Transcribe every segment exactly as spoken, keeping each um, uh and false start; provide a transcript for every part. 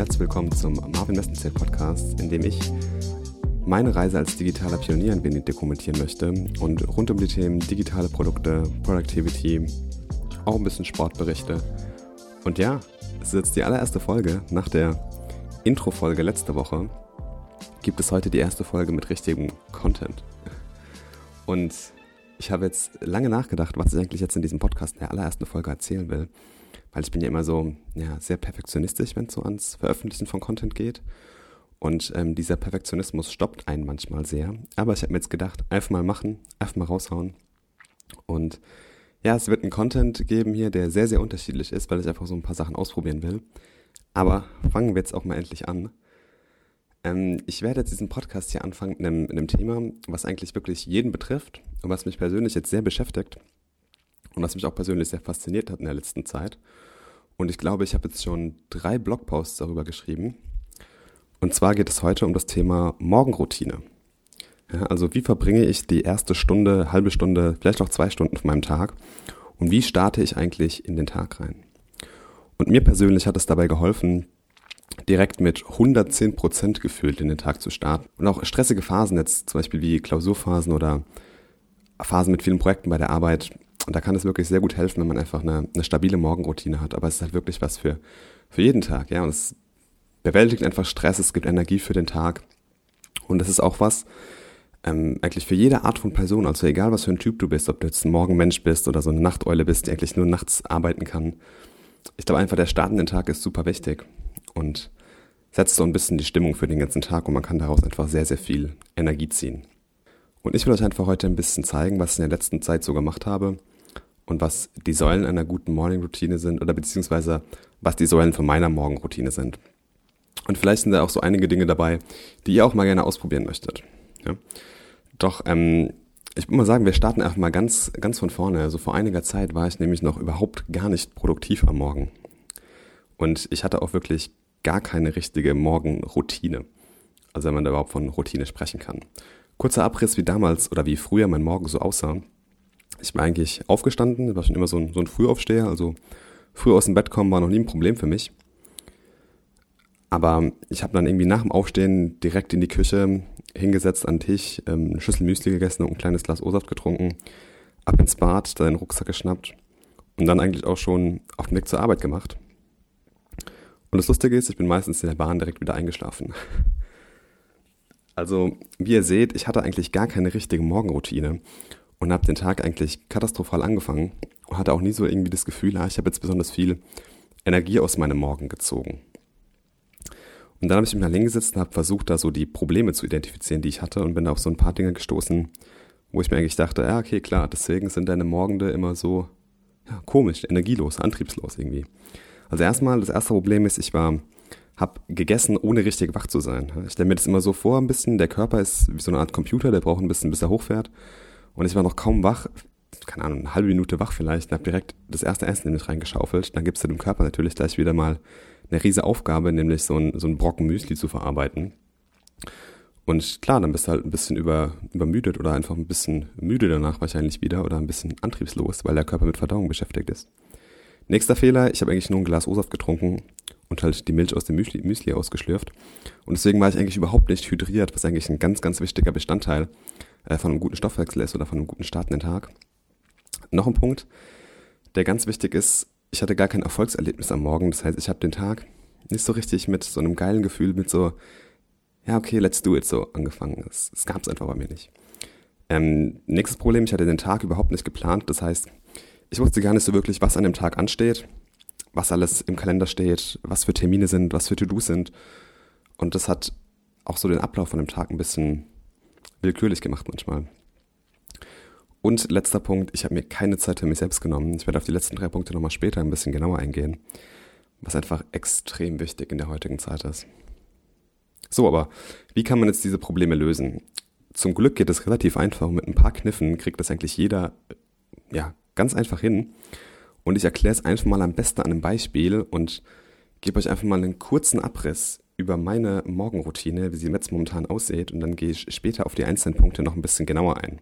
herzlich willkommen zum Marvin Messenzähl Podcast, in dem ich meine Reise als digitaler Pionier ein wenig dokumentieren möchte und rund um die Themen digitale Produkte, Productivity, auch ein bisschen Sportberichte. Und ja, es ist jetzt die allererste Folge. Nach der Intro-Folge letzte Woche gibt es heute die erste Folge mit richtigem Content. Und ich habe jetzt lange nachgedacht, was ich eigentlich jetzt in diesem Podcast in der allerersten Folge erzählen will. Weil ich bin ja immer so ja, sehr perfektionistisch, wenn es so ans Veröffentlichen von Content geht. Und ähm, dieser Perfektionismus stoppt einen manchmal sehr. Aber ich habe mir jetzt gedacht, einfach mal machen, einfach mal raushauen. Und ja, es wird einen Content geben hier, der sehr, sehr unterschiedlich ist, weil ich einfach so ein paar Sachen ausprobieren will. Aber fangen wir jetzt auch mal endlich an. Ähm, ich werde jetzt diesen Podcast hier anfangen mit einem, mit einem Thema, was eigentlich wirklich jeden betrifft und was mich persönlich jetzt sehr beschäftigt und was mich auch persönlich sehr fasziniert hat in der letzten Zeit. Und ich glaube, ich habe jetzt schon drei Blogposts darüber geschrieben. Und zwar geht es heute um das Thema Morgenroutine. Ja, also wie verbringe ich die erste Stunde, halbe Stunde, vielleicht auch zwei Stunden von meinem Tag und wie starte ich eigentlich in den Tag rein? Und mir persönlich hat es dabei geholfen, direkt mit hundertzehn Prozent gefühlt in den Tag zu starten. Und auch stressige Phasen, jetzt zum Beispiel wie Klausurphasen oder Phasen mit vielen Projekten bei der Arbeit, und da kann es wirklich sehr gut helfen, wenn man einfach eine, eine stabile Morgenroutine hat. Aber es ist halt wirklich was für, für jeden Tag. Ja, und es bewältigt einfach Stress, es gibt Energie für den Tag. Und das ist auch was ähm, eigentlich für jede Art von Person. Also egal, was für ein Typ du bist, ob du jetzt ein Morgenmensch bist oder so eine Nachteule bist, die eigentlich nur nachts arbeiten kann. Ich glaube einfach, der Start in den Tag ist super wichtig und setzt so ein bisschen die Stimmung für den ganzen Tag. Und man kann daraus einfach sehr, sehr viel Energie ziehen. Und ich will euch einfach heute ein bisschen zeigen, was ich in der letzten Zeit so gemacht habe. Und was die Säulen einer guten Morning-Routine sind oder beziehungsweise was die Säulen von meiner Morgenroutine sind. Und vielleicht sind da auch so einige Dinge dabei, die ihr auch mal gerne ausprobieren möchtet. Ja? Doch ähm, ich würde mal sagen, wir starten einfach mal ganz, ganz von vorne. Also vor einiger Zeit war ich nämlich noch überhaupt gar nicht produktiv am Morgen. Und ich hatte auch wirklich gar keine richtige Morgenroutine. Also wenn man da überhaupt von Routine sprechen kann. Kurzer Abriss, wie damals oder wie früher mein Morgen so aussah. Ich bin eigentlich aufgestanden, war schon immer so ein, so ein Frühaufsteher, also früh aus dem Bett kommen war noch nie ein Problem für mich. Aber ich habe dann irgendwie nach dem Aufstehen direkt in die Küche hingesetzt an den Tisch, ähm, eine Schüssel Müsli gegessen und ein kleines Glas O-Saft getrunken, ab ins Bad, dann den Rucksack geschnappt und dann eigentlich auch schon auf den Weg zur Arbeit gemacht. Und das Lustige ist, ich bin meistens in der Bahn direkt wieder eingeschlafen. Also, wie ihr seht, ich hatte eigentlich gar keine richtige Morgenroutine. Und habe den Tag eigentlich katastrophal angefangen und hatte auch nie so irgendwie das Gefühl, ah, ich habe jetzt besonders viel Energie aus meinem Morgen gezogen. Und dann habe ich mich mal hingesetzt und habe versucht, da so die Probleme zu identifizieren, die ich hatte und bin da auf so ein paar Dinge gestoßen, wo ich mir eigentlich dachte, ja, okay, klar, deswegen sind deine Morgende immer so ja, komisch, energielos, antriebslos irgendwie. Also erstmal, das erste Problem ist, ich war, habe gegessen, ohne richtig wach zu sein. Ich stelle mir das immer so vor ein bisschen, der Körper ist wie so eine Art Computer, der braucht ein bisschen, bis er hochfährt. Und ich war noch kaum wach, keine Ahnung, eine halbe Minute wach vielleicht, und habe direkt das erste Essen nämlich reingeschaufelt. Dann gibst du dem Körper natürlich gleich wieder mal eine riese Aufgabe, nämlich so ein, so ein Brocken Müsli zu verarbeiten. Und klar, dann bist du halt ein bisschen über, übermüdet oder einfach ein bisschen müde danach wahrscheinlich wieder oder ein bisschen antriebslos, weil der Körper mit Verdauung beschäftigt ist. Nächster Fehler, ich habe eigentlich nur ein Glas O-Saft getrunken und halt die Milch aus dem Müsli, Müsli ausgeschlürft. Und deswegen war ich eigentlich überhaupt nicht hydriert, was eigentlich ein ganz, ganz wichtiger Bestandteil von einem guten Stoffwechsel ist oder von einem guten Start in den Tag. Noch ein Punkt, der ganz wichtig ist, ich hatte gar kein Erfolgserlebnis am Morgen. Das heißt, ich habe den Tag nicht so richtig mit so einem geilen Gefühl, mit so, ja okay, let's do it so angefangen. Das, das gab es einfach bei mir nicht. Ähm, nächstes Problem, ich hatte den Tag überhaupt nicht geplant. Das heißt, ich wusste gar nicht so wirklich, was an dem Tag ansteht, was alles im Kalender steht, was für Termine sind, was für To-Dos sind. Und das hat auch so den Ablauf von dem Tag ein bisschen willkürlich gemacht manchmal. Und letzter Punkt, ich habe mir keine Zeit für mich selbst genommen. Ich werde auf die letzten drei Punkte nochmal später ein bisschen genauer eingehen, was einfach extrem wichtig in der heutigen Zeit ist. So, aber wie kann man jetzt diese Probleme lösen? Zum Glück geht es relativ einfach und mit ein paar Kniffen kriegt das eigentlich jeder ja, ganz einfach hin. Und ich erkläre es einfach mal am besten an einem Beispiel und gebe euch einfach mal einen kurzen Abriss über meine Morgenroutine, wie sie jetzt momentan aussieht, und dann gehe ich später auf die einzelnen Punkte noch ein bisschen genauer ein.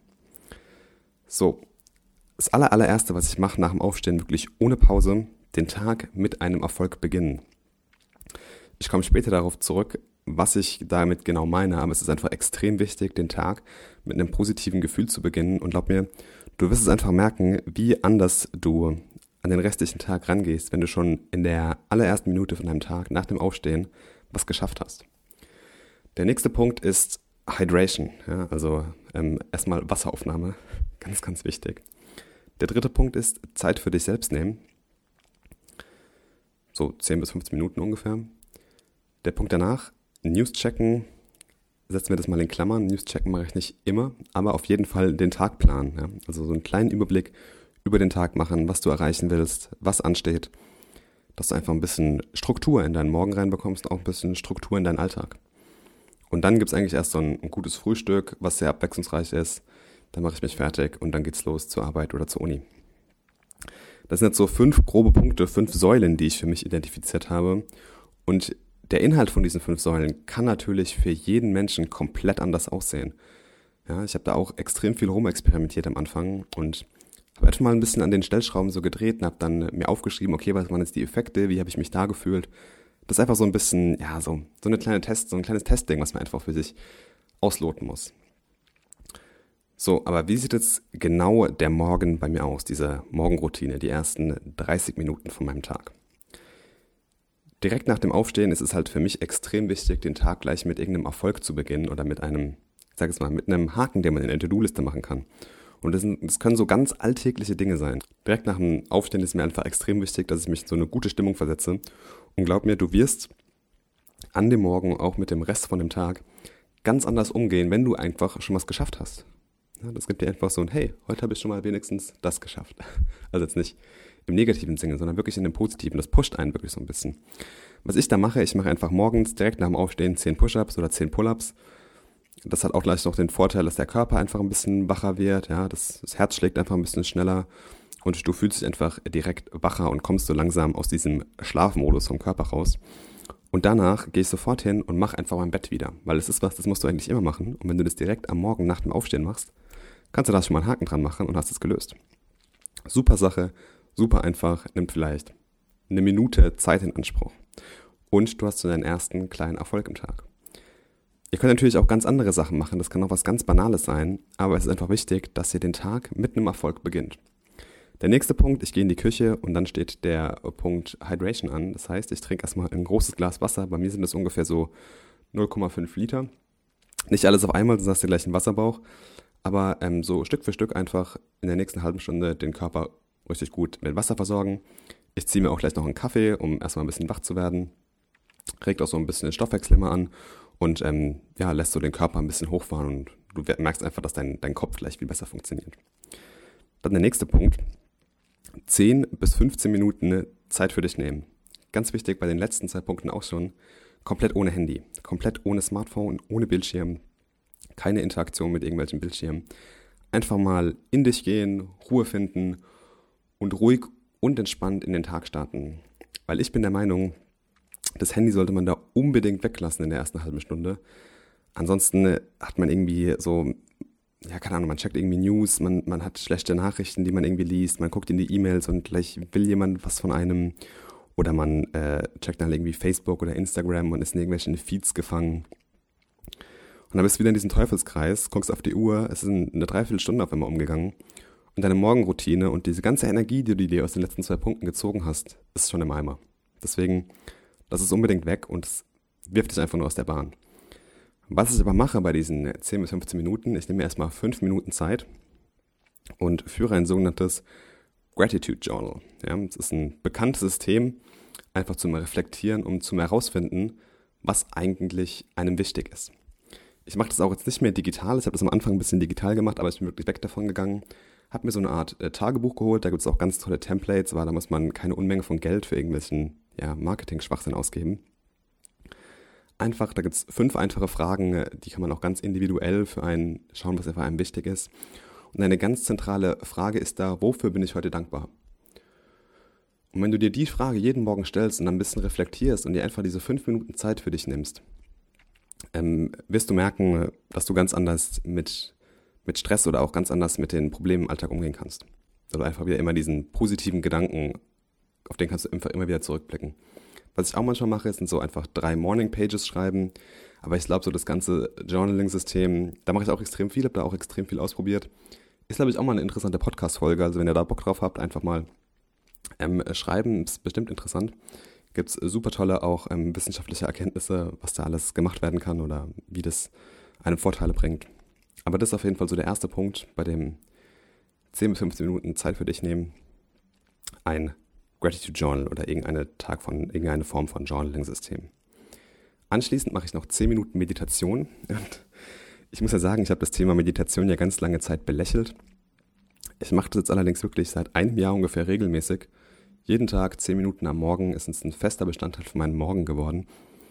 So, das aller, allererste, was ich mache nach dem Aufstehen, wirklich ohne Pause, den Tag mit einem Erfolg beginnen. Ich komme später darauf zurück, was ich damit genau meine, aber es ist einfach extrem wichtig, den Tag mit einem positiven Gefühl zu beginnen und glaub mir, du wirst es einfach merken, wie anders du an den restlichen Tag rangehst, wenn du schon in der allerersten Minute von deinem Tag nach dem Aufstehen was geschafft hast. Der nächste Punkt ist Hydration, ja, also ähm, erstmal Wasseraufnahme, ganz, ganz wichtig. Der dritte Punkt ist Zeit für dich selbst nehmen, so zehn bis fünfzehn Minuten ungefähr. Der Punkt danach, News checken, setzen wir das mal in Klammern, News checken mache ich nicht immer, aber auf jeden Fall den Tag planen, ja, also so einen kleinen Überblick über den Tag machen, was du erreichen willst, was ansteht, dass du einfach ein bisschen Struktur in deinen Morgen reinbekommst, auch ein bisschen Struktur in deinen Alltag. Und dann gibt es eigentlich erst so ein, ein gutes Frühstück, was sehr abwechslungsreich ist. Dann mache ich mich fertig und dann geht's los zur Arbeit oder zur Uni. Das sind jetzt so fünf grobe Punkte, fünf Säulen, die ich für mich identifiziert habe. Und der Inhalt von diesen fünf Säulen kann natürlich für jeden Menschen komplett anders aussehen. Ja, ich habe da auch extrem viel rumexperimentiert am Anfang und habe einfach mal ein bisschen an den Stellschrauben so gedreht und habe dann mir aufgeschrieben, okay, was waren jetzt die Effekte, wie habe ich mich da gefühlt. Das ist einfach so ein bisschen, ja, so, so eine kleine Test, so ein kleines Testding, was man einfach für sich ausloten muss. So, aber wie sieht jetzt genau der Morgen bei mir aus, diese Morgenroutine, die ersten dreißig Minuten von meinem Tag? Direkt nach dem Aufstehen ist es halt für mich extrem wichtig, den Tag gleich mit irgendeinem Erfolg zu beginnen oder mit einem, ich sag jetzt mal, mit einem Haken, den man in der To-Do-Liste machen kann. Und das, sind, das können so ganz alltägliche Dinge sein. Direkt nach dem Aufstehen ist mir einfach extrem wichtig, dass ich mich in so eine gute Stimmung versetze. Und glaub mir, du wirst an dem Morgen, auch mit dem Rest von dem Tag, ganz anders umgehen, wenn du einfach schon was geschafft hast. Ja, das gibt dir einfach so ein, hey, heute habe ich schon mal wenigstens das geschafft. Also jetzt nicht im negativen Sinne, sondern wirklich in dem positiven. Das pusht einen wirklich so ein bisschen. Was ich da mache, ich mache einfach morgens direkt nach dem Aufstehen zehn Push-Ups oder zehn Pull-Ups. Das hat auch gleich noch den Vorteil, dass der Körper einfach ein bisschen wacher wird. Ja, das, das Herz schlägt einfach ein bisschen schneller und du fühlst dich einfach direkt wacher und kommst so langsam aus diesem Schlafmodus vom Körper raus. Und danach gehe ich sofort hin und mache einfach mein Bett wieder, weil es ist was, das musst du eigentlich immer machen. Und wenn du das direkt am Morgen nach dem Aufstehen machst, kannst du da schon mal einen Haken dran machen und hast es gelöst. Super Sache, super einfach, nimmt vielleicht eine Minute Zeit in Anspruch. Und du hast so deinen ersten kleinen Erfolg im Tag. Ihr könnt natürlich auch ganz andere Sachen machen, das kann auch was ganz Banales sein, aber es ist einfach wichtig, dass ihr den Tag mit einem Erfolg beginnt. Der nächste Punkt, ich gehe in die Küche und dann steht der Punkt Hydration an. Das heißt, ich trinke erstmal ein großes Glas Wasser, bei mir sind das ungefähr so null Komma fünf Liter. Nicht alles auf einmal, sonst hast du gleich einen Wasserbauch, aber ähm, so Stück für Stück einfach in der nächsten halben Stunde den Körper richtig gut mit Wasser versorgen. Ich ziehe mir auch gleich noch einen Kaffee, um erstmal ein bisschen wach zu werden. Regt auch so ein bisschen den Stoffwechsel immer an. Und ähm, ja, lässt so den Körper ein bisschen hochfahren und du merkst einfach, dass dein, dein Kopf gleich viel besser funktioniert. Dann der nächste Punkt. zehn bis fünfzehn Minuten Zeit für dich nehmen. Ganz wichtig bei den letzten zwei Punkten auch schon. Komplett ohne Handy, komplett ohne Smartphone, ohne Bildschirm. Keine Interaktion mit irgendwelchen Bildschirmen. Einfach mal in dich gehen, Ruhe finden und ruhig und entspannt in den Tag starten. Weil ich bin der Meinung, das Handy sollte man da unbedingt weglassen in der ersten halben Stunde. Ansonsten hat man irgendwie so, ja, keine Ahnung, man checkt irgendwie News, man, man hat schlechte Nachrichten, die man irgendwie liest, man guckt in die E-Mails und gleich will jemand was von einem. Oder man äh, checkt dann irgendwie Facebook oder Instagram und ist in irgendwelchen Feeds gefangen. Und dann bist du wieder in diesem Teufelskreis, guckst auf die Uhr, es ist eine Dreiviertelstunde auf einmal umgegangen. Und deine Morgenroutine und diese ganze Energie, die du dir aus den letzten zwei Punkten gezogen hast, ist schon im Eimer. Deswegen lass es unbedingt weg und es wirft dich einfach nur aus der Bahn. Was ich aber mache bei diesen zehn bis fünfzehn Minuten, ich nehme mir erstmal fünf Minuten Zeit und führe ein sogenanntes Gratitude Journal. Ja, das ist ein bekanntes System, einfach zum Reflektieren, um zum herausfinden, was eigentlich einem wichtig ist. Ich mache das auch jetzt nicht mehr digital, ich habe das am Anfang ein bisschen digital gemacht, aber ich bin wirklich weg davon gegangen. Habe mir so eine Art äh, Tagebuch geholt, da gibt es auch ganz tolle Templates, weil da muss man keine Unmenge von Geld für irgendwelchen ja, Marketing-Schwachsinn ausgeben. Einfach, da gibt es fünf einfache Fragen, die kann man auch ganz individuell für einen schauen, was für einen wichtig ist. Und eine ganz zentrale Frage ist da, wofür bin ich heute dankbar? Und wenn du dir die Frage jeden Morgen stellst und dann ein bisschen reflektierst und dir einfach diese fünf Minuten Zeit für dich nimmst, ähm, wirst du merken, dass du ganz anders mit, mit Stress oder auch ganz anders mit den Problemen im Alltag umgehen kannst. Also einfach wieder immer diesen positiven Gedanken, auf den kannst du einfach immer wieder zurückblicken. Was ich auch manchmal mache, sind so einfach drei Morning Pages schreiben. Aber ich glaube, so das ganze Journaling-System, da mache ich auch extrem viel, habe da auch extrem viel ausprobiert. Ist, glaube ich, auch mal eine interessante Podcast-Folge. Also wenn ihr da Bock drauf habt, einfach mal ähm, schreiben. Ist bestimmt interessant. Gibt es super tolle auch ähm, wissenschaftliche Erkenntnisse, was da alles gemacht werden kann oder wie das einem Vorteile bringt. Aber das ist auf jeden Fall so der erste Punkt, bei dem zehn bis fünfzehn Minuten Zeit für dich nehmen, ein Gratitude Journal oder irgendeine Tag von irgendeine Form von Journaling-System. Anschließend mache ich noch zehn Minuten Meditation. Und ich muss ja sagen, ich habe das Thema Meditation ja ganz lange Zeit belächelt. Ich mache das jetzt allerdings wirklich seit einem Jahr ungefähr regelmäßig. Jeden Tag zehn Minuten am Morgen ist es ein fester Bestandteil von meinem Morgen geworden.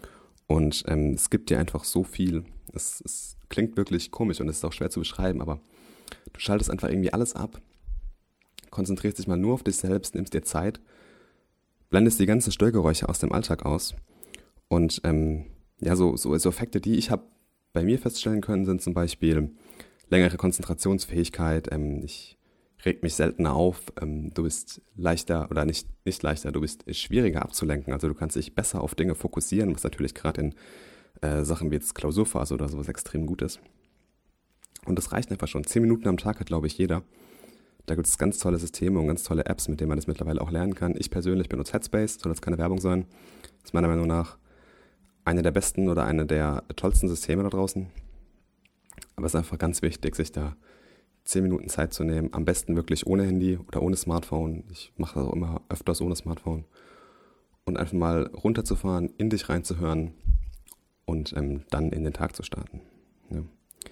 Und ähm, es gibt dir einfach so viel. Es, es klingt wirklich komisch und es ist auch schwer zu beschreiben, aber du schaltest einfach irgendwie alles ab, konzentrierst dich mal nur auf dich selbst, nimmst dir Zeit, blendest die ganzen Störgeräusche aus dem Alltag aus. Und ähm, ja, so, so, so Effekte, die ich habe bei mir feststellen können, sind zum Beispiel längere Konzentrationsfähigkeit, ähm, ich reg mich seltener auf, ähm, du bist leichter oder nicht, nicht leichter, du bist schwieriger abzulenken, also du kannst dich besser auf Dinge fokussieren, was natürlich gerade in äh, Sachen wie jetzt Klausurphase oder sowas extrem gut ist. Und das reicht einfach schon. Zehn Minuten am Tag hat, glaube ich, jeder. Da gibt es ganz tolle Systeme und ganz tolle Apps, mit denen man das mittlerweile auch lernen kann. Ich persönlich benutze Headspace, soll das keine Werbung sein. Das ist meiner Meinung nach eine der besten oder eine der tollsten Systeme da draußen. Aber es ist einfach ganz wichtig, sich da zehn Minuten Zeit zu nehmen. Am besten wirklich ohne Handy oder ohne Smartphone. Ich mache das auch immer öfters ohne Smartphone. Und einfach mal runterzufahren, in dich reinzuhören und ähm, dann in den Tag zu starten. Ja.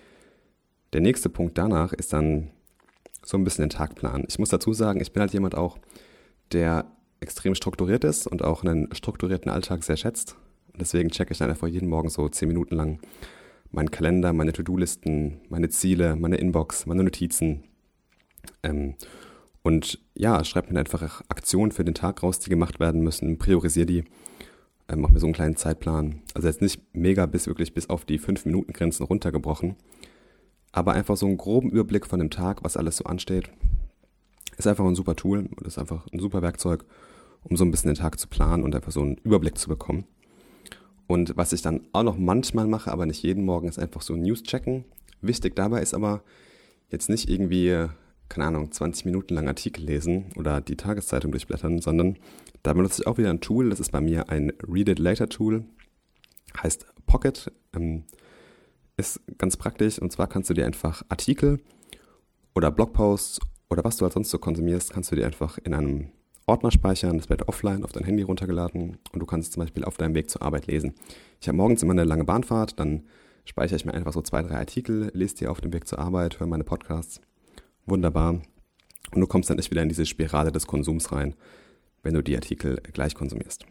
Der nächste Punkt danach ist dann so ein bisschen den Tagplan. Ich muss dazu sagen, ich bin halt jemand auch, der extrem strukturiert ist und auch einen strukturierten Alltag sehr schätzt. Und deswegen checke ich dann einfach jeden Morgen so zehn Minuten lang meinen Kalender, meine To-Do-Listen, meine Ziele, meine Inbox, meine Notizen. Ähm, und ja, schreibe mir einfach Aktionen für den Tag raus, die gemacht werden müssen, priorisiere die, äh, mache mir so einen kleinen Zeitplan. Also jetzt nicht mega bis wirklich bis auf die fünf Minuten Grenzen runtergebrochen, aber einfach so einen groben Überblick von dem Tag, was alles so ansteht. Ist einfach ein super Tool und ist einfach ein super Werkzeug, um so ein bisschen den Tag zu planen und einfach so einen Überblick zu bekommen. Und was ich dann auch noch manchmal mache, aber nicht jeden Morgen, ist einfach so News checken. Wichtig dabei ist aber jetzt nicht irgendwie, keine Ahnung, zwanzig Minuten lang Artikel lesen oder die Tageszeitung durchblättern, sondern da benutze ich auch wieder ein Tool. Das ist bei mir ein Read It Later Tool, heißt Pocket. Ähm, Ist ganz praktisch, und zwar kannst du dir einfach Artikel oder Blogposts oder was du halt sonst so konsumierst, kannst du dir einfach in einem Ordner speichern, das wird offline auf dein Handy runtergeladen und du kannst es zum Beispiel auf deinem Weg zur Arbeit lesen. Ich habe morgens immer eine lange Bahnfahrt, dann speichere ich mir einfach so zwei, drei Artikel, lese die auf dem Weg zur Arbeit, höre meine Podcasts. Wunderbar. Und du kommst dann nicht wieder in diese Spirale des Konsums rein, wenn du die Artikel gleich konsumierst.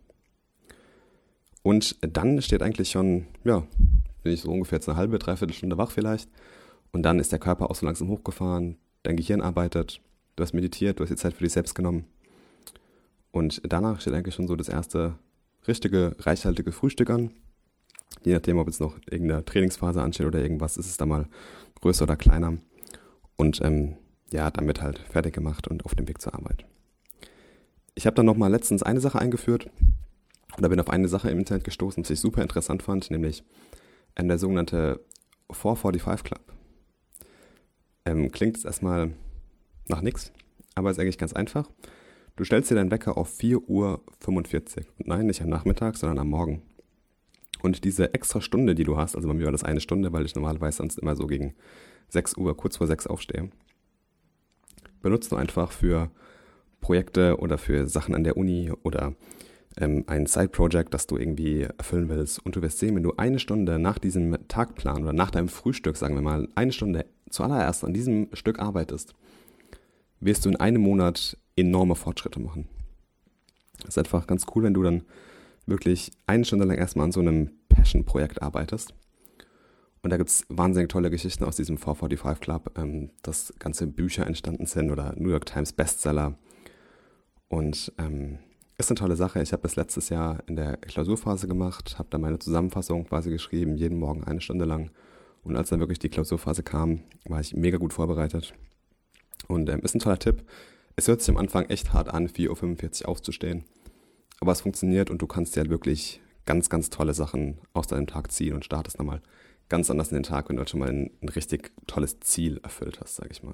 Und dann steht eigentlich schon, ja, bin ich so ungefähr jetzt eine halbe, dreiviertel Stunde wach vielleicht. Und dann ist der Körper auch so langsam hochgefahren, dein Gehirn arbeitet, du hast meditiert, du hast die Zeit für dich selbst genommen. Und danach steht eigentlich schon so das erste richtige, reichhaltige Frühstück an. Je nachdem, ob jetzt noch irgendeine Trainingsphase ansteht oder irgendwas, ist es dann mal größer oder kleiner. Und ähm, ja, dann wird halt fertig gemacht und auf dem Weg zur Arbeit. Ich habe dann nochmal letztens eine Sache eingeführt oder bin auf eine Sache im Internet gestoßen, was ich super interessant fand, nämlich der sogenannte vier fünfundvierzig Club. Ähm, klingt jetzt erstmal nach nichts, aber ist eigentlich ganz einfach. Du stellst dir deinen Wecker auf vier Uhr fünfundvierzig. Und nein, nicht am Nachmittag, sondern am Morgen. Und diese extra Stunde, die du hast, also bei mir war das eine Stunde, weil ich normalerweise sonst immer so gegen sechs Uhr, kurz vor sechs aufstehe, benutzt du einfach für Projekte oder für Sachen an der Uni oder ähm, ein Side-Project, das du irgendwie erfüllen willst. Und du wirst sehen, wenn du eine Stunde nach diesem Tagplan oder nach deinem Frühstück, sagen wir mal, eine Stunde zuallererst an diesem Stück arbeitest, wirst du in einem Monat enorme Fortschritte machen. Das ist einfach ganz cool, wenn du dann wirklich eine Stunde lang erstmal an so einem Passion-Projekt arbeitest. Und da gibt es wahnsinnig tolle Geschichten aus diesem vier fünfundvierzig Club, ähm, dass ganze Bücher entstanden sind oder New York Times Bestseller. Und ähm, ist eine tolle Sache. Ich habe das letztes Jahr in der Klausurphase gemacht, habe da meine Zusammenfassung quasi geschrieben, jeden Morgen eine Stunde lang. Und als dann wirklich die Klausurphase kam, war ich mega gut vorbereitet. Und ähm, ist ein toller Tipp. Es hört sich am Anfang echt hart an, vier Uhr fünfundvierzig aufzustehen. aber es funktioniert und du kannst dir halt wirklich ganz, ganz tolle Sachen aus deinem Tag ziehen und startest nochmal ganz anders in den Tag, wenn du halt schon mal ein, ein richtig tolles Ziel erfüllt hast, sage ich mal.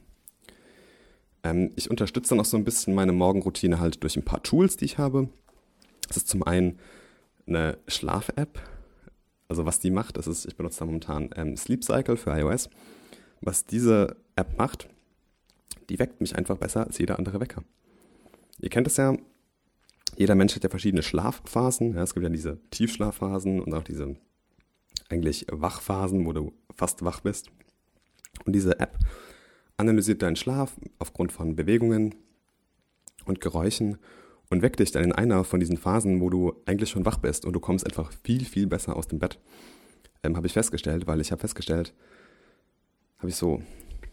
Ähm, ich unterstütze dann auch so ein bisschen meine Morgenroutine halt durch ein paar Tools, die ich habe. Das ist zum einen eine Schlaf-App. Also was die macht, das ist, ich benutze da momentan ähm, Sleep Cycle für iOS. Was diese App macht, die weckt mich einfach besser als jeder andere Wecker. Ihr kennt es ja, jeder Mensch hat ja verschiedene Schlafphasen. Ja, es gibt ja diese Tiefschlafphasen und auch diese eigentlich Wachphasen, wo du fast wach bist. Und diese App analysiert deinen Schlaf aufgrund von Bewegungen und Geräuschen und weckt dich dann in einer von diesen Phasen, wo du eigentlich schon wach bist und du kommst einfach viel, viel besser aus dem Bett. Ähm, habe ich festgestellt, weil ich habe festgestellt, habe ich so,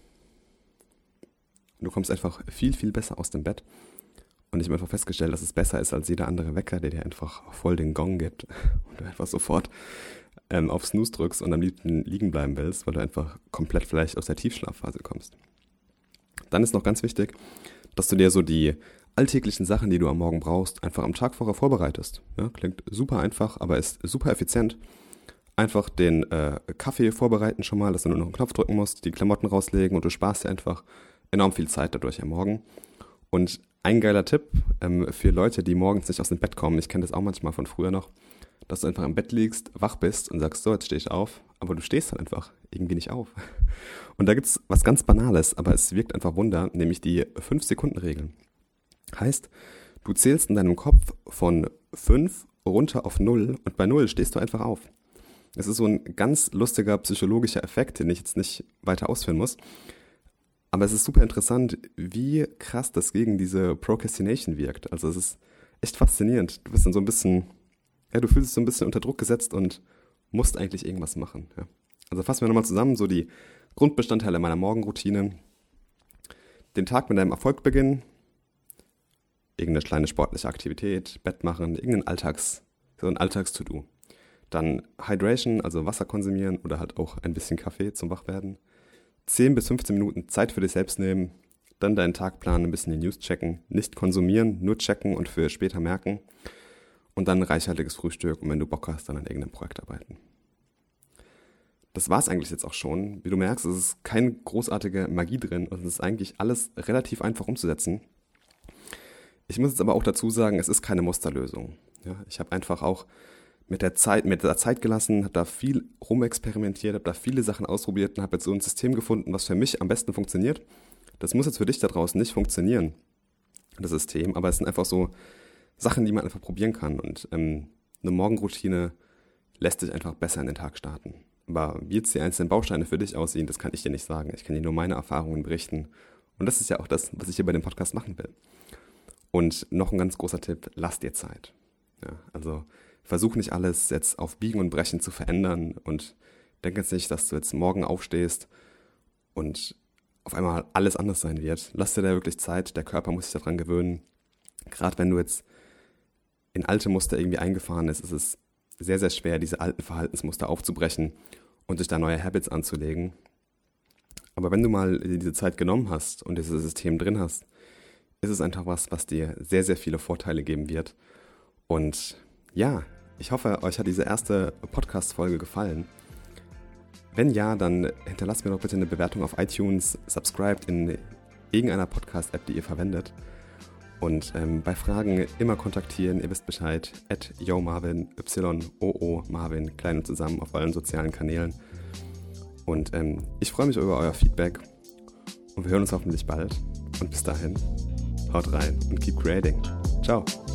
du kommst einfach viel, viel besser aus dem Bett. Und ich habe einfach festgestellt, dass es besser ist als jeder andere Wecker, der dir einfach voll den Gong gibt und du einfach sofort ähm, auf Snooze drückst und am liebsten liegen bleiben willst, weil du einfach komplett vielleicht aus der Tiefschlafphase kommst. Dann ist noch ganz wichtig, dass du dir so die alltäglichen Sachen, die du am Morgen brauchst, einfach am Tag vorher vorbereitest. Ja, klingt super einfach, aber ist super effizient. Einfach den äh, Kaffee vorbereiten schon mal, dass du nur noch einen Knopf drücken musst, die Klamotten rauslegen und du sparst dir einfach enorm viel Zeit dadurch am Morgen. Und ein geiler Tipp ähm, für Leute, die morgens nicht aus dem Bett kommen, ich kenne das auch manchmal von früher noch, dass du einfach im Bett liegst, wach bist und sagst, so, jetzt stehe ich auf, aber du stehst dann einfach irgendwie nicht auf. Und da gibt es was ganz Banales, aber es wirkt einfach Wunder, nämlich die fünf Sekunden Regel. Heißt, du zählst in deinem Kopf von fünf runter auf null und bei null stehst du einfach auf. Es ist so ein ganz lustiger psychologischer Effekt, den ich jetzt nicht weiter ausführen muss. Aber es ist super interessant, wie krass das gegen diese Procrastination wirkt. Also es ist echt faszinierend. Du bist dann so ein bisschen, ja, du fühlst dich so ein bisschen unter Druck gesetzt und musst eigentlich irgendwas machen. Ja. Also fassen wir nochmal zusammen, so die Grundbestandteile meiner Morgenroutine. Den Tag mit einem Erfolg beginnen, irgendeine kleine sportliche Aktivität, Bett machen, irgendein Alltags, so ein Alltags-To-Do. Dann Hydration, also Wasser konsumieren oder halt auch ein bisschen Kaffee zum Wachwerden. zehn bis fünfzehn Minuten Zeit für dich selbst nehmen, dann deinen Tag planen, ein bisschen die News checken, nicht konsumieren, nur checken und für später merken und dann ein reichhaltiges Frühstück und wenn du Bock hast, dann an irgendeinem Projekt arbeiten. Das war es eigentlich jetzt auch schon. Wie du merkst, es ist keine großartige Magie drin und es ist eigentlich alles relativ einfach umzusetzen. Ich muss jetzt aber auch dazu sagen, es ist keine Musterlösung. Ja, ich habe einfach auch mit der Zeit, mit der Zeit gelassen, habe da viel rumexperimentiert, habe da viele Sachen ausprobiert und habe jetzt so ein System gefunden, was für mich am besten funktioniert. Das muss jetzt für dich da draußen nicht funktionieren, das System, aber es sind einfach so Sachen, die man einfach probieren kann. Und ähm, eine Morgenroutine lässt dich einfach besser in den Tag starten. Aber wie jetzt die einzelnen Bausteine für dich aussehen, das kann ich dir nicht sagen. Ich kann dir nur meine Erfahrungen berichten. Und das ist ja auch das, was ich hier bei dem Podcast machen will. Und noch ein ganz großer Tipp, lass dir Zeit. Ja, also versuch nicht alles jetzt auf Biegen und Brechen zu verändern und denk jetzt nicht, dass du jetzt morgen aufstehst und auf einmal alles anders sein wird. Lass dir da wirklich Zeit, der Körper muss sich daran gewöhnen. Gerade wenn du jetzt in alte Muster irgendwie eingefahren ist, ist es sehr, sehr schwer, diese alten Verhaltensmuster aufzubrechen und sich da neue Habits anzulegen. Aber wenn du mal diese Zeit genommen hast und dieses System drin hast, ist es einfach was, was dir sehr, sehr viele Vorteile geben wird. Und ja, ich hoffe, euch hat diese erste Podcast-Folge gefallen. Wenn ja, dann hinterlasst mir doch bitte eine Bewertung auf iTunes, subscribt in irgendeiner Podcast-App, die ihr verwendet. Und ähm, bei Fragen immer kontaktieren, ihr wisst Bescheid, at yomarvin, Y-O-O, Marvin, klein und zusammen auf allen sozialen Kanälen. Und ähm, ich freue mich über euer Feedback und wir hören uns hoffentlich bald. Und bis dahin, haut rein und keep creating. Ciao.